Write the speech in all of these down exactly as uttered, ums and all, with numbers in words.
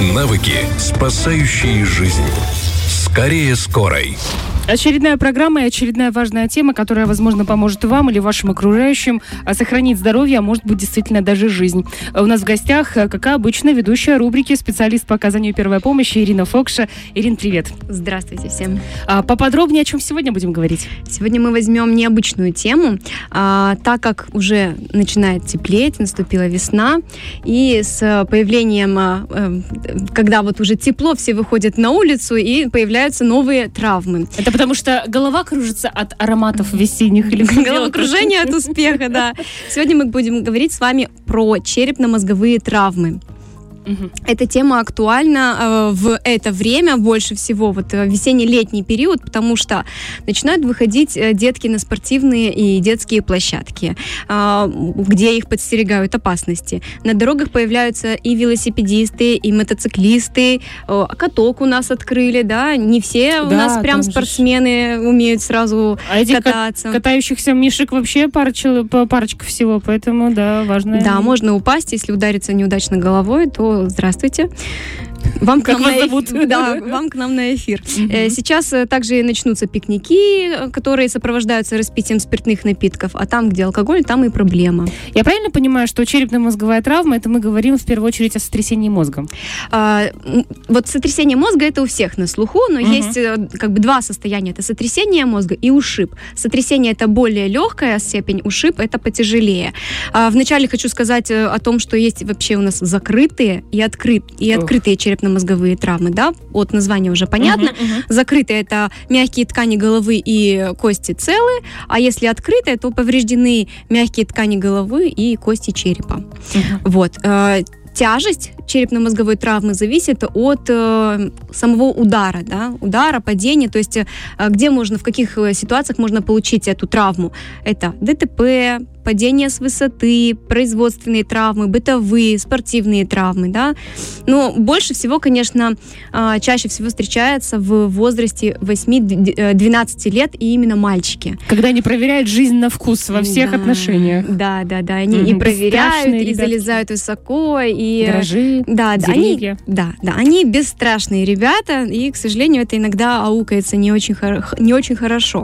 Навыки, спасающие жизнь. Скорее скорой. Очередная программа и очередная важная тема, которая, возможно, поможет вам или вашим окружающим сохранить здоровье, а может быть, действительно даже жизнь. У нас в гостях, как обычно, ведущая рубрики, специалист по оказанию первой помощи Ирина Фокша. Ирин, привет. Здравствуйте всем. А, поподробнее, о чем сегодня будем говорить? Сегодня мы возьмем необычную тему, а, так как уже начинает теплеть, наступила весна, и с появлением, а, когда вот уже тепло, все выходят на улицу, и появляются новые травмы. Это потому что голова кружится от ароматов весенних или головокружение от успеха, да. Сегодня мы будем говорить с вами про черепно-мозговые травмы. Угу. Эта тема актуальна э, в это время больше всего, вот весенне-летний период, потому что начинают выходить детки на спортивные и детские площадки, э, где их подстерегают опасности. На дорогах появляются и велосипедисты, и мотоциклисты, э, каток у нас открыли, да, не все у да, нас прям спортсмены же... умеют сразу а кататься. А катающихся мишек вообще парочка, парочка всего, поэтому, да, важно. Да, можно упасть, если удариться неудачно головой, то здравствуйте. Вам как к вас нам зовут? На... Да, вам к нам на эфир. Mm-hmm. Сейчас также начнутся пикники, которые сопровождаются распитием спиртных напитков, а там, где алкоголь, там и проблема. Я правильно понимаю, что черепно-мозговая травма, это мы говорим в первую очередь о сотрясении мозга? А, вот сотрясение мозга это у всех на слуху, но mm-hmm. есть как бы два состояния. Это сотрясение мозга и ушиб. Сотрясение это более легкая степень, ушиб это потяжелее. А, вначале хочу сказать о том, что есть вообще у нас закрытые и, открыт, и открытые черепно черепно-мозговые травмы, да, от названия уже понятно. Uh-huh, uh-huh. Закрытые — это мягкие ткани головы и кости целы, а если открытые, то повреждены мягкие ткани головы и кости черепа. Uh-huh. Вот. Тяжесть черепно-мозговой травмы зависит от э, самого удара, да, удара, падения, то есть э, где можно, в каких ситуациях можно получить эту травму. Это ДТП, падение с высоты, производственные травмы, бытовые, спортивные травмы, да. Но больше всего, конечно, э, чаще всего встречается в возрасте восемь-двенадцать лет, и именно мальчики. Когда они проверяют жизнь на вкус во всех да, отношениях. Да, да, да, они mm-hmm. и проверяют, и залезают высоко, и... Гаражи, да, да, они, да, да, они бесстрашные ребята, и, к сожалению, это иногда аукается не очень, хор- не очень хорошо.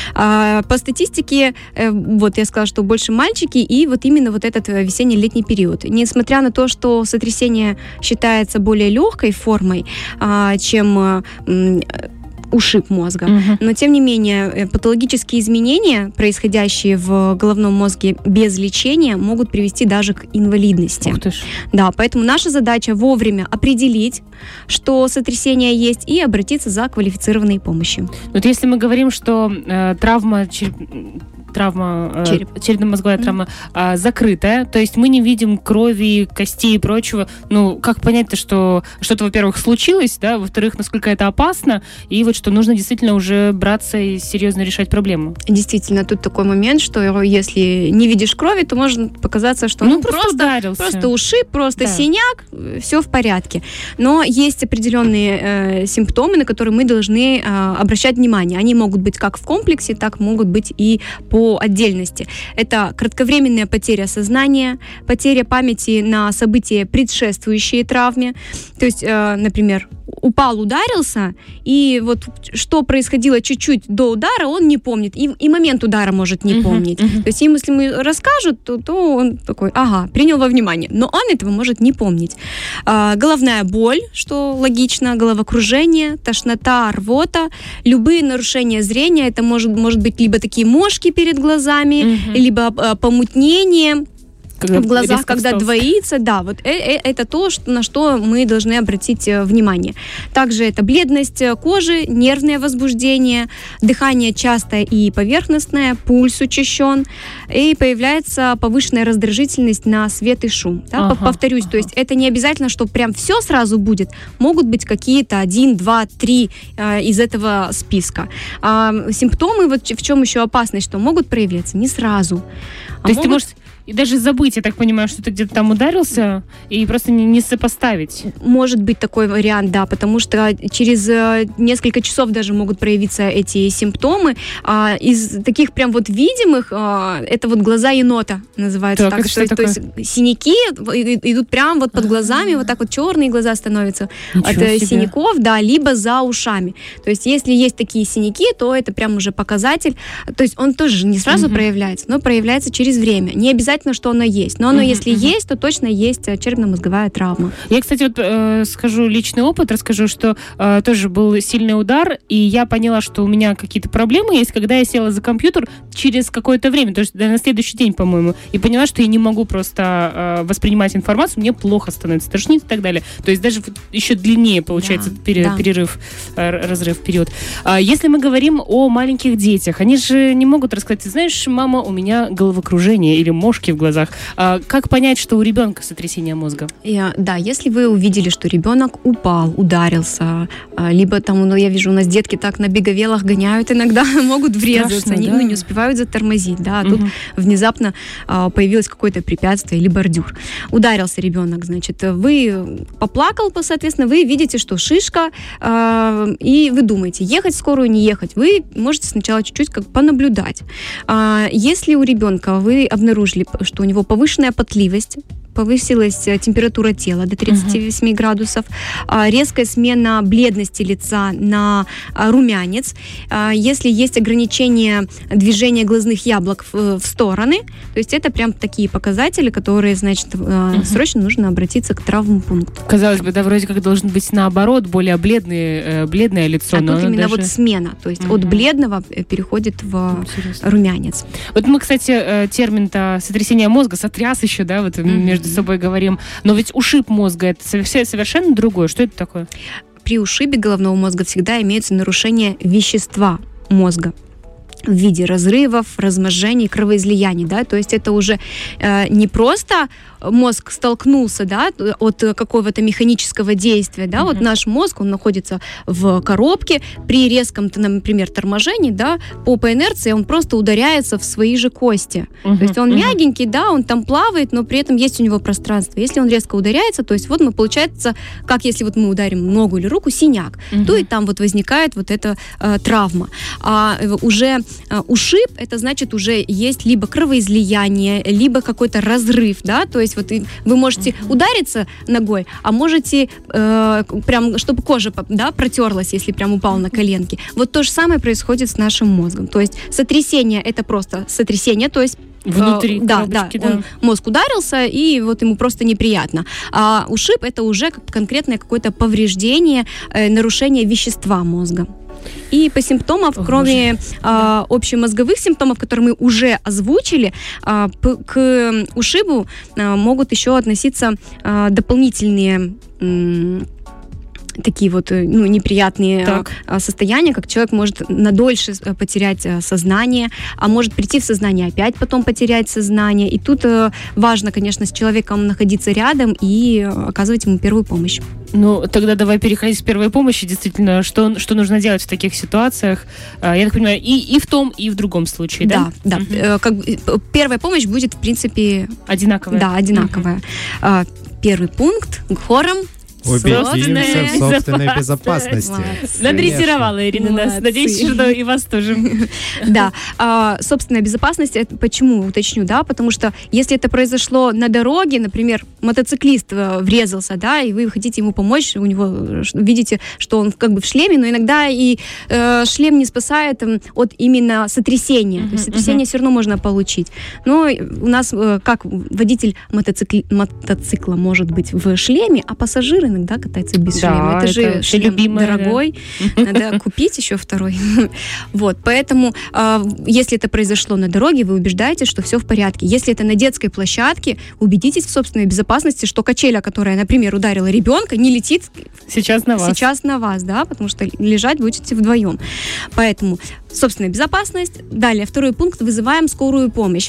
А, по статистике, э, вот я сказала, что больше мальчики, и вот именно вот этот весенне-летний период. Несмотря на то, что сотрясение считается более легкой формой, а, чем... А, ушиб мозга. Uh-huh. Но, тем не менее, патологические изменения, происходящие в головном мозге без лечения, могут привести даже к инвалидности. Ух ты ж. Да, поэтому наша задача вовремя определить, что сотрясение есть, и обратиться за квалифицированной помощью. Вот если мы говорим, что э, травма... Череп... травма, Череп. э, черепно-мозговая mm-hmm. травма э, закрытая, то есть мы не видим крови, костей и прочего. Ну, как понять-то, что что-то, во-первых, случилось, да, во-вторых, насколько это опасно, и вот что нужно действительно уже браться и серьезно решать проблему. Действительно, тут такой момент, что если не видишь крови, то может показаться, что ну, ну, просто, просто ударился. Просто ушиб, просто да. синяк, все в порядке. Но есть определенные э, симптомы, на которые мы должны э, обращать внимание. Они могут быть как в комплексе, так могут быть и по отдельности. Это кратковременная потеря сознания, потеря памяти на события, предшествующие травме. То есть, э, например, упал, ударился, и вот что происходило чуть-чуть до удара, он не помнит, и, и момент удара может не uh-huh, помнить. Uh-huh. То есть ему, если ему расскажут, то, то он такой, ага, принял во внимание, но он этого может не помнить. А, головная боль, что логично, головокружение, тошнота, рвота, любые нарушения зрения, это может, может быть либо такие мошки перед глазами, uh-huh. либо а, помутнение, когда в глазах, когда встал. Двоится, да, вот э- э- это то, что, на что мы должны обратить э, внимание. Также это бледность кожи, нервное возбуждение, дыхание частое и поверхностное, пульс учащен, и появляется повышенная раздражительность на свет и шум. Да? Ага, Повторюсь, ага. то есть это не обязательно, что прям все сразу будет, могут быть какие-то один, два, три э, из этого списка. А, симптомы, вот в чем еще опасность, что могут проявляться не сразу. То а есть могут... ты можешь И даже забыть, я так понимаю, что ты где-то там ударился, и просто не, не сопоставить. Может быть такой вариант, да, потому что через несколько часов даже могут проявиться эти симптомы. Из таких прям вот видимых, это вот глаза енота называется. Так, так. То, есть, то есть синяки идут прям вот под глазами, вот так вот черные глаза становятся от себе. Синяков, да, либо за ушами. То есть если есть такие синяки, то это прям уже показатель. То есть он тоже не сразу угу. проявляется, но проявляется через время. Не обязательно, что оно есть. Но оно, угу, если угу. есть, то точно есть черепно-мозговая травма. Я, кстати, вот э, скажу личный опыт, расскажу, что э, тоже был сильный удар, и я поняла, что у меня какие-то проблемы есть, когда я села за компьютер через какое-то время, то есть на следующий день, по-моему, и поняла, что я не могу просто э, воспринимать информацию, мне плохо становится, тошнит и так далее. То есть даже еще длиннее получается да, пере, да. перерыв, э, разрыв период. А если мы говорим о маленьких детях, они же не могут рассказать, ты знаешь, мама, у меня головокружение или мошки в глазах. А как понять, что у ребенка сотрясение мозга? Я, да, если вы увидели, что ребенок упал, ударился, либо там, ну, я вижу, у нас детки так на беговелах гоняют иногда, могут врезаться, страшно, они да? ну, не успевают затормозить, да, а угу. тут внезапно а, появилось какое-то препятствие или бордюр. Ударился ребенок, значит, вы поплакал, соответственно, вы видите, что шишка, а, и вы думаете, ехать в скорую, не ехать. Вы можете сначала чуть-чуть как понаблюдать. А, если у ребенка вы обнаружили, что у него повышенная потливость, повысилась температура тела до тридцати восьми uh-huh. градусов, резкая смена бледности лица на румянец. Если есть ограничение движения глазных яблок в, в стороны, то есть это прям такие показатели, которые, значит, uh-huh. срочно нужно обратиться к травмпункту. Казалось бы, да, вроде как должен быть наоборот, более бледный, бледное лицо. А тут именно даже... вот смена, то есть uh-huh. от бледного переходит в Интересно. Румянец. Вот мы, кстати, термин-то сотрясение мозга, сотряс еще, да, вот uh-huh. между с собой говорим, но ведь ушиб мозга это совершенно другое. Что это такое? При ушибе головного мозга всегда имеются нарушения вещества мозга в виде разрывов, разможений, кровоизлияний, да, то есть это уже э, не просто мозг столкнулся, да, от какого-то механического действия, да, mm-hmm. вот наш мозг, он находится в коробке, при резком, например, торможении, да, по, по инерции он просто ударяется в свои же кости, mm-hmm. то есть он mm-hmm. мягенький, да, он там плавает, но при этом есть у него пространство. Если он резко ударяется, то есть вот мы, получается, как если вот мы ударим ногу или руку, синяк, mm-hmm. то и там вот возникает вот эта э, травма. А уже ушиб, это значит уже есть либо кровоизлияние, либо какой-то разрыв, да, то есть вот вы можете uh-huh. удариться ногой, а можете э, прям, чтобы кожа, да, протерлась, если прям упал на коленки. Вот то же самое происходит с нашим мозгом. То есть сотрясение это просто сотрясение, то есть внутри э, да, да, да, он, мозг ударился, и вот ему просто неприятно. А ушиб это уже конкретное какое-то повреждение, э, нарушение вещества мозга. И по симптомам, О, кроме а, общемозговых симптомов, которые мы уже озвучили, а, п- к ушибу а, могут еще относиться а, дополнительные м- такие вот, ну, неприятные так. состояния, как человек может надольше потерять сознание, а может прийти в сознание, опять потом потерять сознание. И тут важно, конечно, с человеком находиться рядом и оказывать ему первую помощь. Ну, тогда давай переходить с первой помощи. Действительно, что, что нужно делать в таких ситуациях? Я так понимаю, и, и в том, и в другом случае, да? Да, да. Угу. Как, первая помощь будет, в принципе... Одинаковая. Да, одинаковая. Угу. Первый пункт хором. Убедимся в собственной безопасности. Надрессировала Ирина нас. Надеюсь, что и вас тоже. Да. А, собственная безопасность, это почему, уточню, да, потому что если это произошло на дороге, например, мотоциклист врезался, да, и вы хотите ему помочь, у него видите, что он как бы в шлеме, но иногда и э, шлем не спасает э, от именно сотрясения. Uh-huh, то есть сотрясение uh-huh. все равно можно получить. Но у нас, э, как водитель мотоцикли, мотоцикла может быть в шлеме, а пассажиры иногда катается без да, шлема. Это, это же шлем любимое, дорогой. Да. Надо купить еще второй. Вот, поэтому, э, если это произошло на дороге, вы убеждаетесь, что все в порядке. Если это на детской площадке, убедитесь в собственной безопасности, что качеля, которая, например, ударила ребенка, не летит сейчас на вас. Сейчас на вас, да, потому что лежать будете вдвоем. Поэтому собственная безопасность. Далее, второй пункт. Вызываем скорую помощь.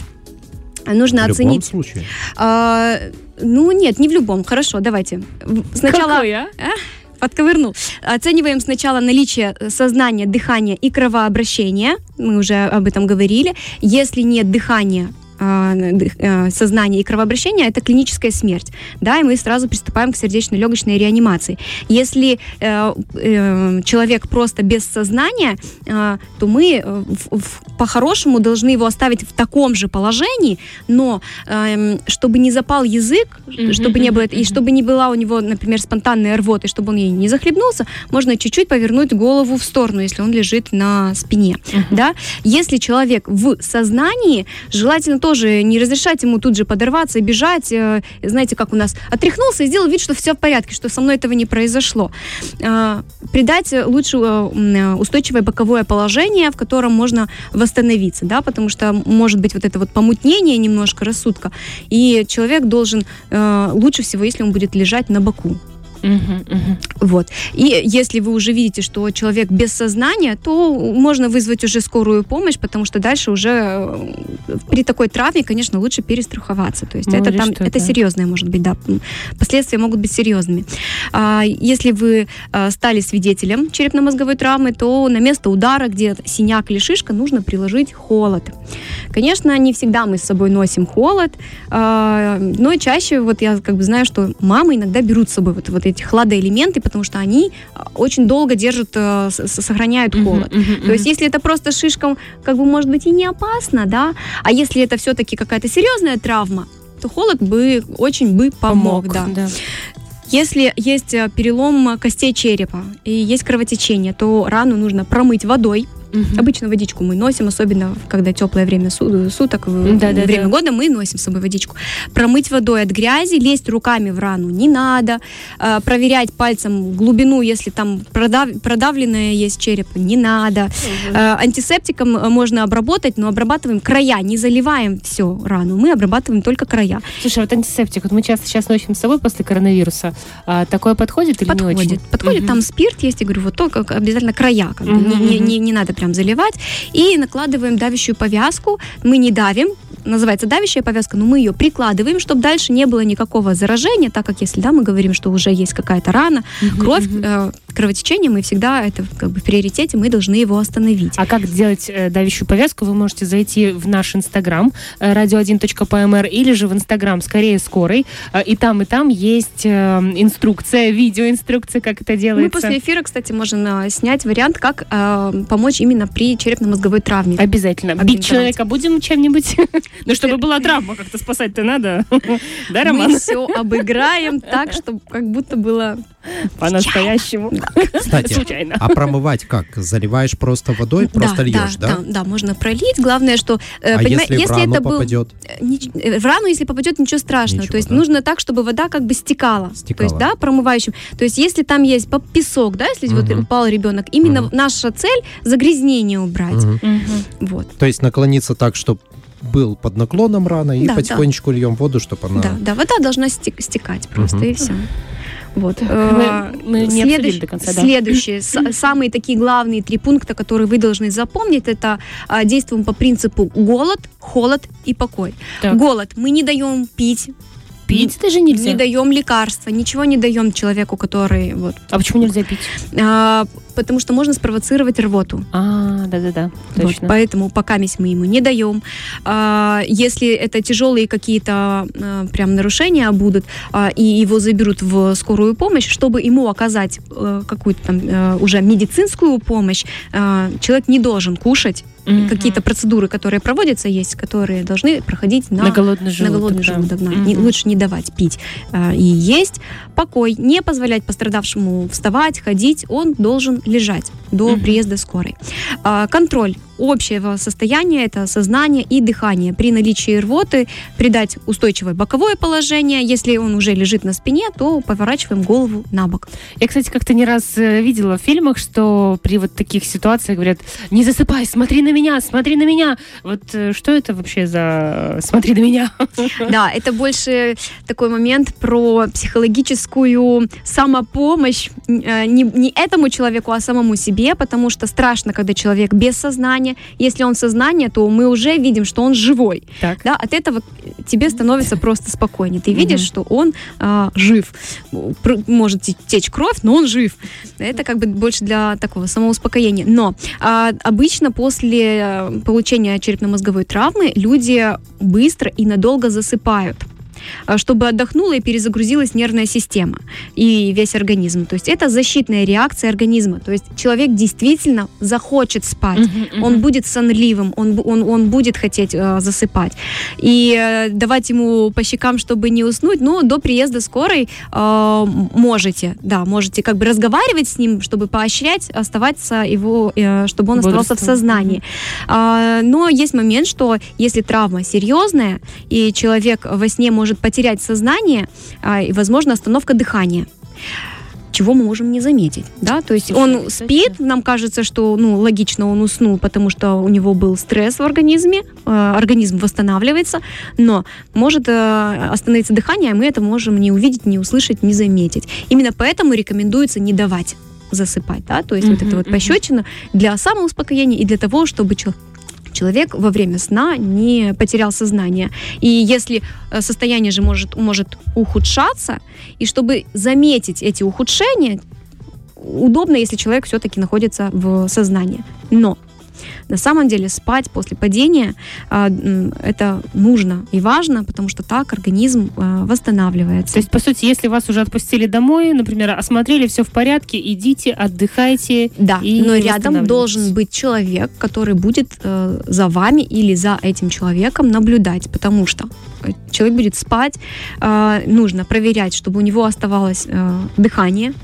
Нужно в оценить... любом случае? А, ну, нет, не в любом. Хорошо, давайте. Сначала... Какой, а? а? Подковырнул. Оцениваем сначала наличие сознания, дыхания и кровообращения. Мы уже об этом говорили. Если нет дыхания, сознания и кровообращения, это клиническая смерть, да, и мы сразу приступаем к сердечно-легочной реанимации. Если э, э, человек просто без сознания, э, то мы э, в, в, по-хорошему должны его оставить в таком же положении, но э, чтобы не запал язык, mm-hmm, чтобы не было, mm-hmm. и чтобы не была у него, например, спонтанная рвота, и чтобы он ей не захлебнулся, можно чуть-чуть повернуть голову в сторону, если он лежит на спине, mm-hmm. да. Если человек в сознании, желательно тоже не разрешать ему тут же подорваться и бежать, э, знаете, как у нас, отряхнулся и сделал вид, что все в порядке, что со мной этого не произошло. Э, придать лучше э, устойчивое боковое положение, в котором можно восстановиться, да, потому что может быть вот это вот помутнение немножко рассудка, и человек должен э, лучше всего, если он будет лежать на боку. Uh-huh, uh-huh. Вот. И если вы уже видите, что человек без сознания, то можно вызвать уже скорую помощь, потому что дальше уже при такой травме, конечно, лучше перестраховаться. То есть ну, это, там, это да. серьезное может быть, да. Последствия могут быть серьезными. А, если вы а, стали свидетелем черепно-мозговой травмы, то на место удара, где синяк или шишка, нужно приложить холод. Конечно, не всегда мы с собой носим холод, а, но чаще вот я как бы знаю, что мамы иногда берут с собой вот, вот эти хладоэлементы, потому что они очень долго держат, сохраняют холод. Uh-huh, uh-huh, uh-huh. То есть, если это просто шишка, как бы, может быть, и не опасно, да, а если это все-таки какая-то серьезная травма, то холод бы очень бы помог, помог да. да. Если есть перелом костей черепа и есть кровотечение, то рану нужно промыть водой. Угу. Обычно водичку мы носим, особенно когда теплое время суток, да, время да, года, да. мы носим с собой водичку. Промыть водой от грязи, лезть руками в рану не надо, э, проверять пальцем глубину, если там продав, продавленное есть череп, не надо. Угу. Э, антисептиком можно обработать, но обрабатываем края, не заливаем всю рану, мы обрабатываем только края. Слушай, вот антисептик, вот мы часто сейчас носим с собой после коронавируса, а такое подходит или подходит, не очень? Подходит, угу. Там спирт есть, я говорю, вот только обязательно края, как бы, угу. не, не, не надо прям заливать, и накладываем давящую повязку. Мы не давим, называется давящая повязка, но мы ее прикладываем, чтобы дальше не было никакого заражения, так как если, да, мы говорим, что уже есть какая-то рана, uh-huh, кровь, uh-huh. э, кровотечение, мы всегда, это как бы в приоритете, мы должны его остановить. А как сделать э, давящую повязку? Вы можете зайти в наш инстаграм э, радио один точка пэ эм эр или же в инстаграм «Скорее скорой», э, и там, и там есть э, инструкция, видеоинструкция, как это делается. Мы после эфира, кстати, можем э, снять вариант, как э, помочь именно при черепно-мозговой травме. Обязательно. Бить человека будем чем-нибудь? Ну, чтобы была травма, как-то спасать-то надо. Да, Роман? Мы все обыграем так, чтобы как будто было по-настоящему. Кстати, случайно. А промывать как? Заливаешь просто водой, просто льешь, да? Да, да, можно пролить. Главное, что... А если в рану попадет? В рану, если попадет, ничего страшного. То есть нужно так, чтобы вода как бы стекала. То есть, да, промывающим. То есть, если там есть песок, да, если вот упал ребенок, именно наша цель — загрязнение убрать. Вот. То есть наклониться так, чтобы был под наклоном рана, и да, потихонечку да. льем воду, чтобы она... Да, да, вода должна стекать просто, угу. и все. Вот. Мы, мы не Следующ... до конца, да. Следующие, самые такие главные три пункта, которые вы должны запомнить, это а, действуем по принципу голод, холод и покой. Так. Голод. Мы не даем пить. Пить даже нельзя? Не даем лекарства, ничего не даем человеку, который... Вот, а почему нельзя пить? А, потому что можно спровоцировать рвоту. А, да-да-да, точно. Вот, поэтому пока мы ему не даем. А, если это тяжелые какие-то а, прям нарушения будут, а, и его заберут в скорую помощь, чтобы ему оказать а, какую-то там а, уже медицинскую помощь, а, человек не должен кушать. Mm-hmm. Какие-то процедуры, которые проводятся, есть, которые должны проходить на, на голодный желудок. На голодный да. желудок да. Mm-hmm. не, лучше не давать пить а, и есть. Покой. Не позволять пострадавшему вставать, ходить. Он должен лежать до mm-hmm. приезда скорой. А, контроль общего состояния, это сознание и дыхание. При наличии рвоты придать устойчивое боковое положение. Если он уже лежит на спине, то поворачиваем голову на бок. Я, кстати, как-то не раз видела в фильмах, что при вот таких ситуациях говорят: не засыпай, смотри на меня, смотри на меня. Вот что это вообще за «смотри на меня»? Да, это больше такой момент про психологическую самопомощь не, не этому человеку, а самому себе, потому что страшно, когда человек без сознания, сознание. Если он в сознании, то мы уже видим, что он живой. Так. Да, от этого тебе становится просто спокойнее. Ты видишь, mm-hmm. что он а, жив. Может течь кровь, но он жив. Это как бы больше для такого самоуспокоения. Но а, обычно после получения черепно-мозговой травмы люди быстро и надолго засыпают, чтобы отдохнула и перезагрузилась нервная система и весь организм. То есть это защитная реакция организма. То есть человек действительно захочет спать, uh-huh, uh-huh. он будет сонливым, он, он, он будет хотеть э, засыпать. И э, давать ему по щекам, чтобы не уснуть, но до приезда скорой э, можете, да, можете как бы разговаривать с ним, чтобы поощрять, оставаться его, э, чтобы он оставался в сознании. Uh-huh. Э, но есть момент, что если травма серьезная, и человек во сне может потерять сознание, а, и, возможно, остановка дыхания, чего мы можем не заметить, да, то есть Слушай, он спит, точно. Нам кажется, что, ну, логично, он уснул, потому что у него был стресс в организме, э, организм восстанавливается, но может э, остановиться дыхание, а мы это можем не увидеть, не услышать, не заметить. Именно поэтому рекомендуется не давать засыпать, да, то есть uh-huh, вот это вот uh-huh. пощечина для самоуспокоения и для того, чтобы человек человек во время сна не потерял сознание. И если состояние же может, может ухудшаться, и чтобы заметить эти ухудшения, удобно, если человек все-таки находится в сознании. Но на самом деле спать после падения э, это нужно и важно, потому что так организм э, восстанавливается. То есть, по сути, если вас уже отпустили домой, например, осмотрели, все в порядке, идите, отдыхайте. Да, и но рядом должен быть человек, который будет э, за вами или за этим человеком наблюдать, потому что человек будет спать, э, нужно проверять, чтобы у него оставалось э, дыхание,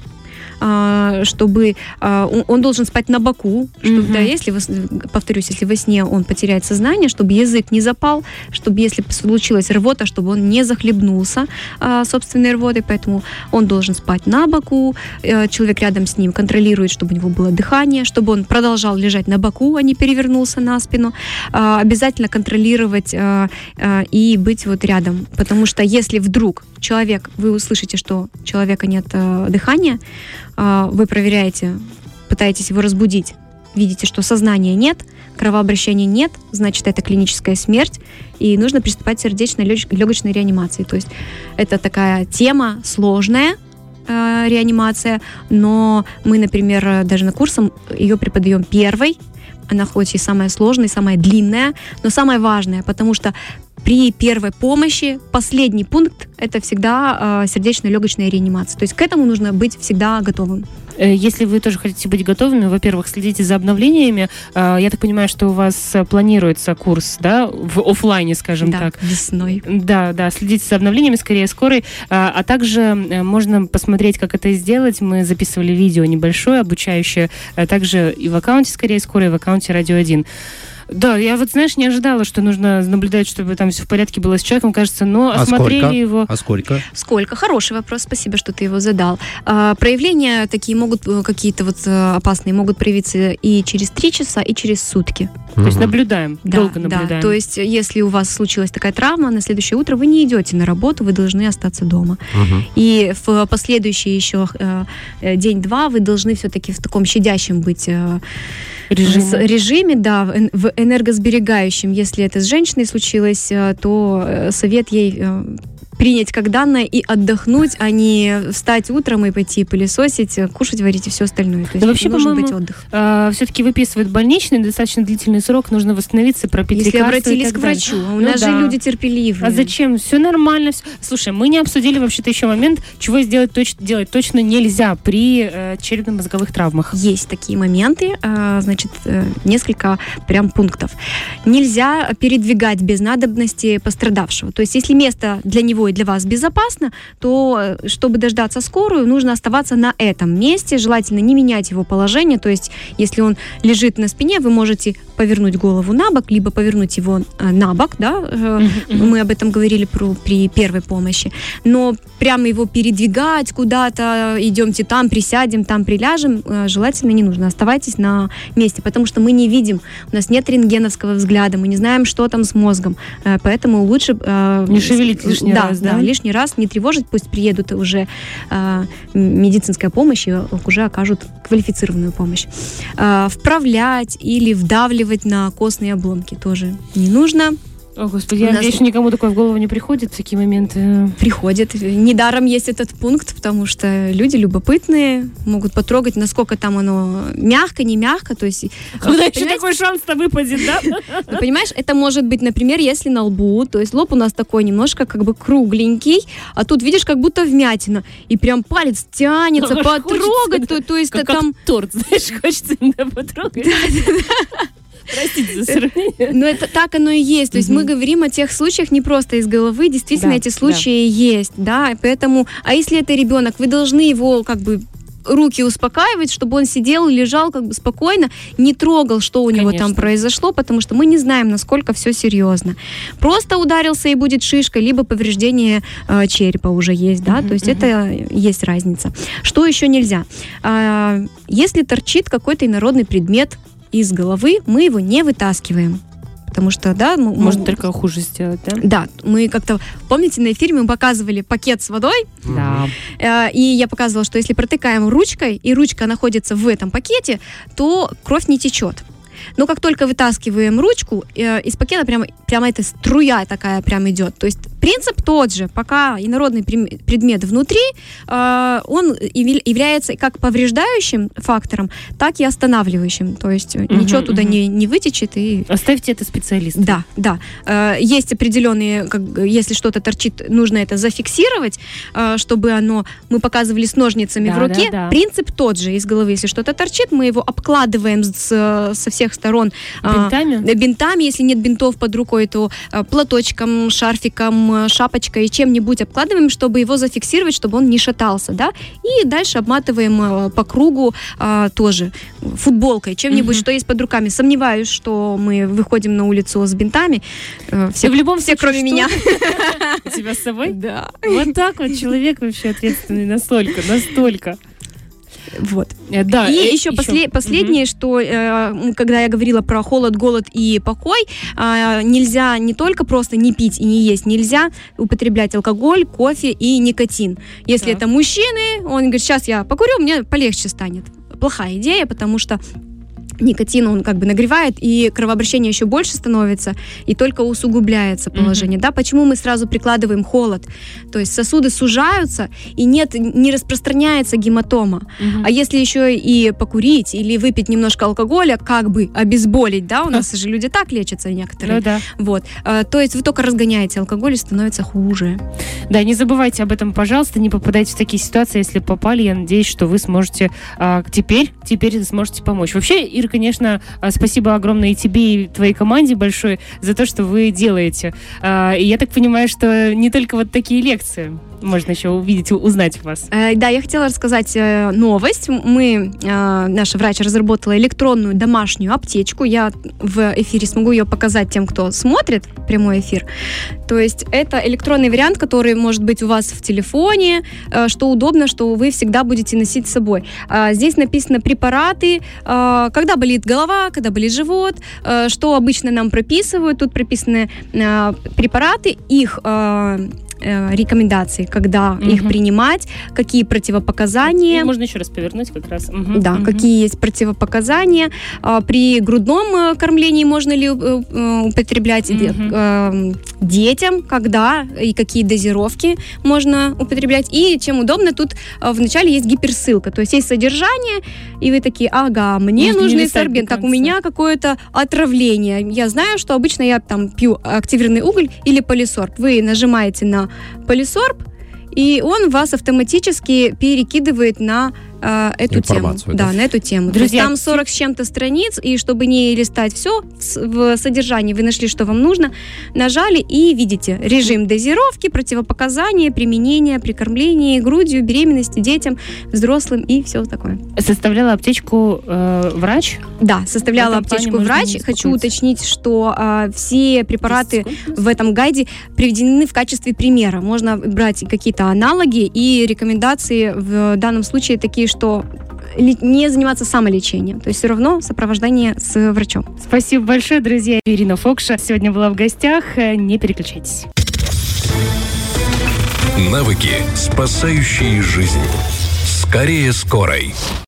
чтобы он должен спать на боку, чтобы, mm-hmm. да, если, повторюсь, если во сне он потеряет сознание, чтобы язык не запал, чтобы, если случилась рвота, чтобы он не захлебнулся собственной рвотой, поэтому он должен спать на боку, человек рядом с ним контролирует, чтобы у него было дыхание, чтобы он продолжал лежать на боку, а не перевернулся на спину, обязательно контролировать и быть вот рядом, потому что если вдруг человек, вы услышите, что у человека нет дыхания, вы проверяете, пытаетесь его разбудить, видите, что сознания нет, кровообращения нет, значит, это клиническая смерть, и нужно приступать к сердечно-легочной реанимации. То есть это такая тема сложная, э, реанимация, но мы, например, даже на курсах ее преподаем первой, она хоть и самая сложная, самая длинная, но самая важная, потому что при первой помощи последний пункт – это всегда э, сердечно-легочная реанимация. То есть к этому нужно быть всегда готовым. Если вы тоже хотите быть готовыми, во-первых, следите за обновлениями. Я так понимаю, что у вас планируется курс, да, в офлайне, скажем да, так. Весной. Да, да, следите за обновлениями, скорее скорой. А также можно посмотреть, как это сделать. Мы записывали видео небольшое, обучающее, также и в аккаунте скорее скорой, и в аккаунте Радио один. Да, я вот, знаешь, не ожидала, что нужно наблюдать, чтобы там все в порядке было с человеком, кажется, но а осмотрели сколько? его. А сколько? Сколько? Хороший вопрос, спасибо, что ты его задал. А, проявления такие могут, какие-то вот опасные, могут проявиться и через три часа, и через сутки. То есть наблюдаем, да, долго наблюдаем. Да, то есть если у вас случилась такая травма, на следующее утро вы не идете на работу, вы должны остаться дома. Угу. И в последующий еще э, день-два вы должны все-таки в таком щадящем быть э, режиме. режиме, да, в энергосберегающем. Если это с женщиной случилось, то совет ей принять как данное и отдохнуть, а не встать утром и пойти пылесосить, кушать, варить и все остальное. То есть да вообще, должен быть отдых. Э, все-таки выписывают больничный, достаточно длительный срок, нужно восстановиться, пропить Если лекарства обратились и так к врачу, далее. а у ну, нас да. же люди терпеливые. А зачем? Все нормально. Все. Слушай, мы не обсудили вообще-то еще момент, чего сделать точ- делать точно нельзя при э, черепно-мозговых травмах. Есть такие моменты, э, значит, э, несколько прям пунктов. Нельзя передвигать без надобности пострадавшего. То есть, если место для него и для вас безопасно, то, чтобы дождаться скорую, нужно оставаться на этом месте, желательно не менять его положение, то есть, если он лежит на спине, вы можете повернуть голову на бок, либо повернуть его на бок, да, uh-huh, uh-huh. мы об этом говорили про, при первой помощи, но прямо его передвигать куда-то, идемте там, присядем, там приляжем, желательно не нужно, оставайтесь на месте, потому что мы не видим, у нас нет рентгеновского взгляда, мы не знаем, что там с мозгом, поэтому лучше... Не шевелить лишний да, раз. раз, да. да, лишний раз не тревожить, пусть приедут уже э, медицинская помощь и уже окажут квалифицированную помощь. Э, вправлять или вдавливать на костные обломки тоже не нужно. О, Господи, я надеюсь, нас... никому такое в голову не приходит в такие моменты. Приходит. Недаром есть этот пункт, потому что люди любопытные, могут потрогать, насколько там оно мягко, не мягко. То есть, куда еще такой шанс-то выпадет, да? Ну, понимаешь, это может быть, например, если на лбу, то есть лоб у нас такой немножко как бы кругленький, а тут, видишь, как будто вмятина, и прям палец тянется, ну, потрогать. Хочется, то, то есть как, там... как торт, знаешь, хочется иногда потрогать. Да-да-да. Простите за сравнение. Но это так оно и есть. То есть мы говорим о тех случаях не просто из головы, действительно эти случаи есть, да, поэтому, а если это ребенок, вы должны его как бы руки успокаивать, чтобы он сидел, лежал как бы спокойно, не трогал, что у него Конечно. Там произошло, потому что мы не знаем, насколько все серьезно. Просто ударился и будет шишка, либо повреждение э, черепа уже есть, да, uh-huh, то есть uh-huh. это есть разница. Что еще нельзя? Э, если торчит какой-то инородный предмет из головы, мы его не вытаскиваем. Потому что, да... Мы, Можно мы, только хуже сделать, да? Да. Мы как-то... Помните, на эфире мы показывали пакет с водой? Да. Э, и я показывала, что если протыкаем ручкой, и ручка находится в этом пакете, то кровь не течет. Но как только вытаскиваем ручку, э, из пакета прямо, прямо эта струя такая прям идет. То есть принцип тот же. Пока инородный предмет внутри, э, он является как повреждающим фактором, так и останавливающим. То есть угу, ничего туда угу. не, не вытечет. И... Оставьте это специалистам. Да, да. Э, есть определенные, как, если что-то торчит, нужно это зафиксировать, э, чтобы оно... Мы показывали с ножницами да, в руке. Да, да. Принцип тот же. Из головы, если что-то торчит, мы его обкладываем с, со всех сторон бинтами? Э, бинтами, если нет бинтов под рукой, то э, платочком, шарфиком, шапочкой, чем-нибудь обкладываем, чтобы его зафиксировать, чтобы он не шатался, да, и дальше обматываем э, по кругу э, тоже футболкой, чем-нибудь, угу. что есть под руками. Сомневаюсь, что мы выходим на улицу с бинтами. Э, все, в любом все, случае, кроме что? меня. У тебя с собой? Да. Вот так вот человек вообще ответственный настолько, настолько. Вот. Да, и э, еще, еще. После, последнее, угу. что э, когда я говорила про холод, голод и покой, э, нельзя не только просто не пить и не есть, нельзя употреблять алкоголь, кофе и никотин. Если так. это мужчины, он говорит, сейчас я покурю, мне полегче станет. Плохая идея, потому что никотин, он как бы нагревает, и кровообращение еще больше становится, и только усугубляется положение. Mm-hmm. Да? Почему мы сразу прикладываем холод? То есть сосуды сужаются, и нет, не распространяется гематома. Mm-hmm. А если еще и покурить, или выпить немножко алкоголя, как бы обезболить, да, у нас же люди так лечатся некоторые. Ну, да. Вот. То есть вы только разгоняете алкоголь, и становится хуже. Да, не забывайте об этом, пожалуйста, не попадайте в такие ситуации, если попали, я надеюсь, что вы сможете а, теперь, теперь сможете помочь. Вообще, Ира, конечно, спасибо огромное и тебе, и твоей команде большой за то, что вы делаете. И я так понимаю, что не только вот такие лекции можно еще увидеть, узнать вас. Да, я хотела рассказать новость. Мы, наша врач разработала электронную домашнюю аптечку. Я в эфире смогу ее показать тем, кто смотрит прямой эфир. То есть это электронный вариант, который может быть у вас в телефоне, что удобно, что вы всегда будете носить с собой. Здесь написано препараты, когда болит голова, когда болит живот, что обычно нам прописывают. Тут прописаны препараты, их рекомендации, когда угу. их принимать, какие противопоказания. И можно еще раз повернуть как раз. Угу. Да, угу. какие есть противопоказания. При грудном кормлении можно ли употреблять угу. детям, когда и какие дозировки можно употреблять. И чем удобно, тут вначале есть гиперссылка, то есть есть содержание, и вы такие, ага, мне Можно нужен сорбент, так у меня какое-то отравление. Я знаю, что обычно я там пью активированный уголь или полисорб. Вы нажимаете на полисорб, и он вас автоматически перекидывает на э, эту тему. Да, да, на эту тему. Друзья, там сорок с чем-то страниц, и чтобы не листать все, в содержании вы нашли, что вам нужно, нажали и видите режим дозировки, противопоказания, применения при кормлении, грудью, беременности, детям, взрослым и все такое. Составляла аптечку э, врач? Да, составляла аптечку врач. Хочу уточнить, что э, все препараты в этом гайде приведены в качестве примера. Можно брать какие-то аналоги и рекомендации в данном случае такие, что не заниматься самолечением. То есть все равно сопровождение с врачом. Спасибо большое, друзья. Ирина Фокша сегодня была в гостях. Не переключайтесь. Навыки, спасающие жизнь. Скорее скорой.